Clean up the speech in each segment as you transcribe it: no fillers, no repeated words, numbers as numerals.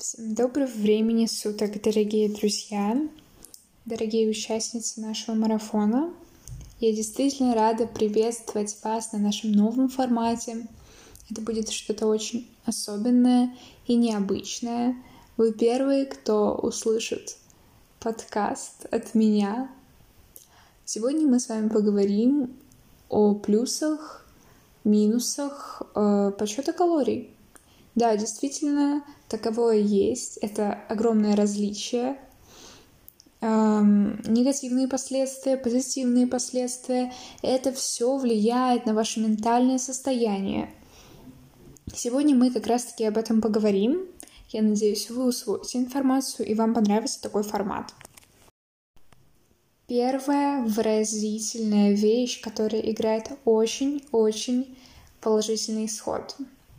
Всем доброго времени суток, дорогие друзья, дорогие участницы нашего марафона. Я действительно рада приветствовать вас на нашем новом формате. Это будет что-то очень особенное и необычное. Вы первые, кто услышит подкаст от меня. Сегодня мы с вами поговорим о плюсах, минусах подсчета калорий. Да, действительно, таковое есть. Это огромное различие. Негативные последствия, позитивные последствия. Это все влияет на ваше ментальное состояние. Сегодня мы как раз-таки об этом поговорим. Я надеюсь, вы усвоите информацию и вам понравится такой формат. Первая выразительная вещь, которая играет очень-очень положительный исход.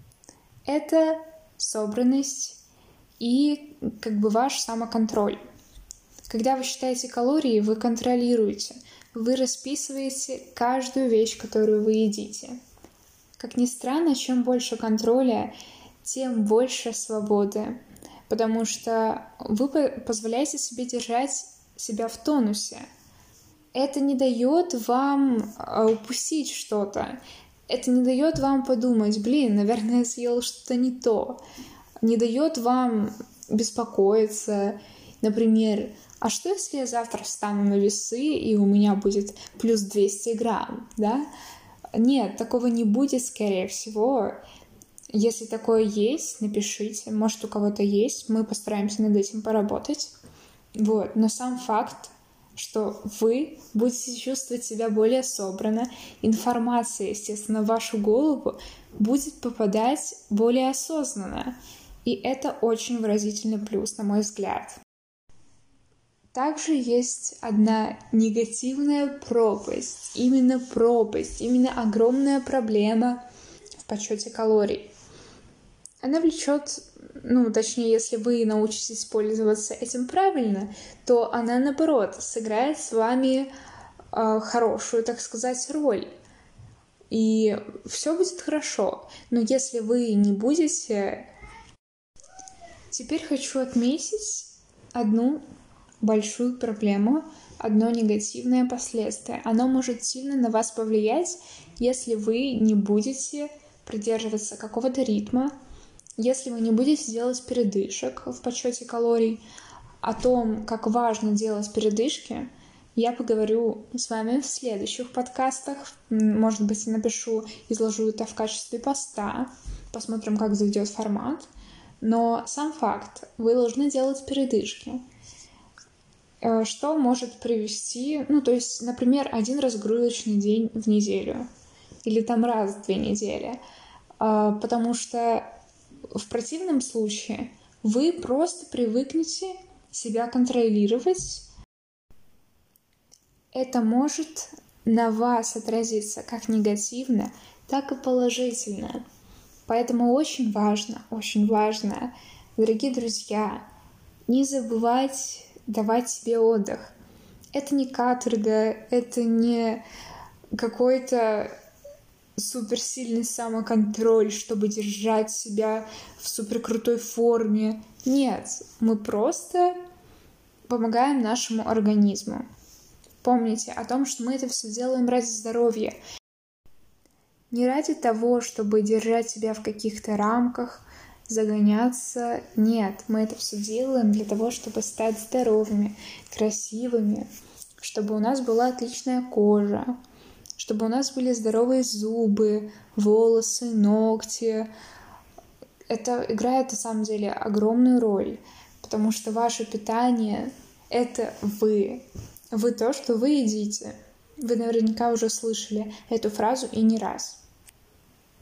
Это собранность и ваш самоконтроль. Когда вы считаете калории, вы контролируете, вы расписываете каждую вещь, которую вы едите. Как ни странно, чем больше контроля, тем больше свободы, потому что вы позволяете себе держать себя в тонусе. Это не дает вам упустить что-то. Это не дает вам подумать, наверное, я съел что-то не то. Не дает вам беспокоиться. Например, а что, если я завтра встану на весы, и у меня будет плюс 200 грамм, да? Нет, такого не будет, скорее всего. Если такое есть, напишите. Может, у кого-то есть. Мы постараемся над этим поработать. Но сам факт, что вы будете чувствовать себя более собранно, информация, естественно, в вашу голову будет попадать более осознанно. И это очень выразительный плюс, на мой взгляд. Также есть одна негативная пропасть, именно огромная проблема в подсчете калорий. Она влечет, точнее, если вы научитесь пользоваться этим правильно, то она, наоборот, сыграет с вами хорошую, так сказать, роль. И все будет хорошо. Но если вы не будете... Теперь хочу отметить одну большую проблему, одно негативное последствие. Оно может сильно на вас повлиять, если вы не будете придерживаться какого-то ритма, если вы не будете делать передышек в подсчете калорий. О том, как важно делать передышки, я поговорю с вами в следующих подкастах. Может быть, изложу это в качестве поста. Посмотрим, как зайдет формат. Но сам факт, вы должны делать передышки. Что может привести, например, один разгрузочный день в неделю. Или раз в 2 недели. Потому что в противном случае вы просто привыкнете себя контролировать. Это может на вас отразиться как негативно, так и положительно. Поэтому очень важно, дорогие друзья, не забывать давать себе отдых. Это не каторга, это не какой-то суперсильный самоконтроль, чтобы держать себя в суперкрутой форме. Нет, мы просто помогаем нашему организму. Помните о том, что мы это все делаем ради здоровья. Не ради того, чтобы держать себя в каких-то рамках, загоняться. Нет, мы это все делаем для того, чтобы стать здоровыми, красивыми, чтобы у нас была отличная кожа, чтобы у нас были здоровые зубы, волосы, ногти. Это играет на самом деле огромную роль, потому что ваше питание — это вы. Вы то, что вы едите. Вы наверняка уже слышали эту фразу и не раз.